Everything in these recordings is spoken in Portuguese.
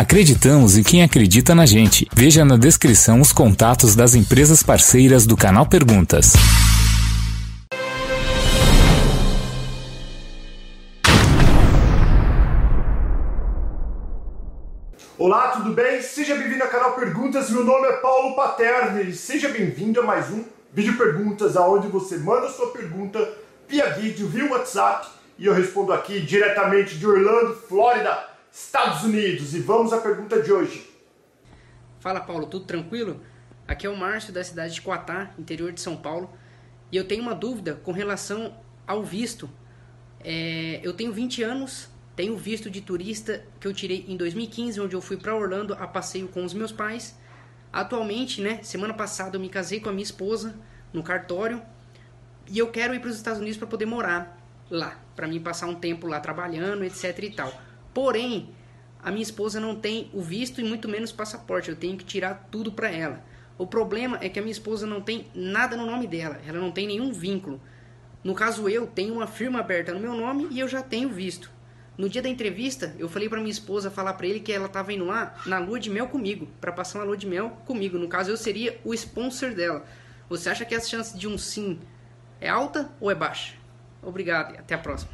Acreditamos em quem acredita na gente. Veja na descrição os contatos das empresas parceiras do canal Perguntas. Olá, tudo bem? Seja bem-vindo ao canal Perguntas, meu nome é Paulo Paterno e seja bem-vindo a mais um Vídeo Perguntas, onde você manda sua pergunta via vídeo, via WhatsApp e eu respondo aqui diretamente de Orlando, Flórida, Estados Unidos. E vamos à pergunta de hoje. Fala Paulo, tudo tranquilo? Aqui é o Márcio da cidade de Coatá, interior de São Paulo, e eu tenho uma dúvida com relação ao visto. Eu tenho 20 anos, tenho visto de turista que eu tirei em 2015, onde eu fui para Orlando a passeio com os meus pais. Atualmente, semana passada eu me casei com a minha esposa no cartório e eu quero ir para os Estados Unidos para poder morar lá, para mim passar um tempo lá trabalhando, etc e tal. Porém, a minha esposa não tem o visto e muito menos passaporte, eu tenho que tirar tudo para ela. O problema é que a minha esposa não tem nada no nome dela, ela não tem nenhum vínculo. No caso eu tenho uma firma aberta no meu nome e eu já tenho visto. No dia da entrevista, eu falei para minha esposa falar para ele que ela estava indo lá na lua de mel comigo, para passar uma lua de mel comigo. No caso, eu seria o sponsor dela. Você acha que a chance de um sim é alta ou é baixa? Obrigado e até a próxima.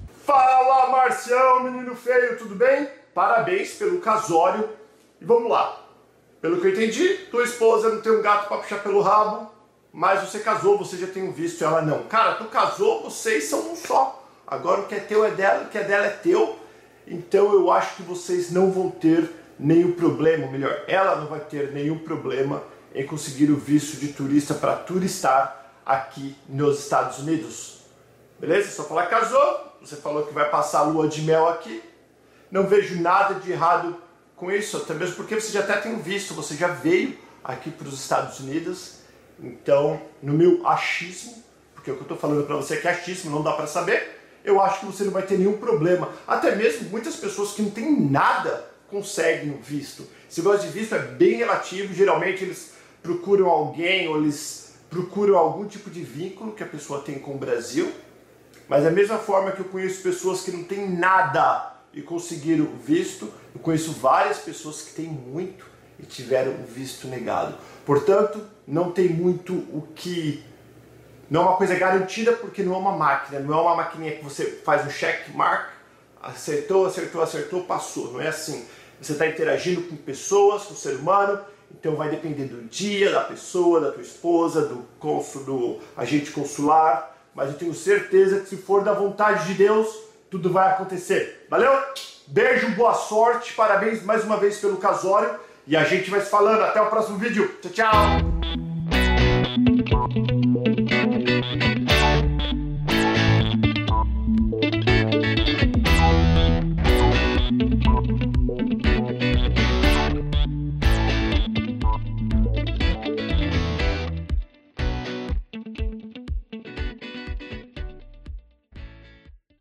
Fala, Marcião, menino feio, tudo bem? Parabéns pelo casório. E vamos lá. Pelo que eu entendi, tua esposa não tem um gato para puxar pelo rabo, mas você casou, você já tem um visto e ela não. Cara, tu casou, vocês são um só. Agora o que é teu é dela, o que é dela é teu. Então eu acho que vocês não vão ter nenhum problema, ou melhor, ela não vai ter nenhum problema em conseguir o visto de turista para turistar aqui nos Estados Unidos. Beleza? Só falar casou, você falou que vai passar a lua de mel aqui. Não vejo nada de errado com isso, até mesmo porque você já até tem um visto, você já veio aqui para os Estados Unidos. Então, no meu achismo, porque o que eu estou falando para você é que é achismo, não dá para saber, eu acho que você não vai ter nenhum problema. Até mesmo muitas pessoas que não têm nada conseguem um visto. Esse negócio de visto é bem relativo, geralmente eles procuram alguém ou eles procuram algum tipo de vínculo que a pessoa tem com o Brasil. Mas da mesma forma que eu conheço pessoas que não têm nada e conseguiram o visto, eu conheço várias pessoas que têm muito e tiveram o visto negado. Portanto, não tem muito o que... Não é uma coisa garantida porque não é uma máquina, não é uma maquininha que você faz um check mark, acertou, passou. Não é assim. Você está interagindo com pessoas, com o ser humano, então vai depender do dia, da pessoa, da tua esposa, do cônsul, do agente consular. Mas eu tenho certeza que se for da vontade de Deus, tudo vai acontecer. Valeu? Beijo, boa sorte, parabéns mais uma vez pelo casório e a gente vai se falando. Até o próximo vídeo. Tchau, tchau!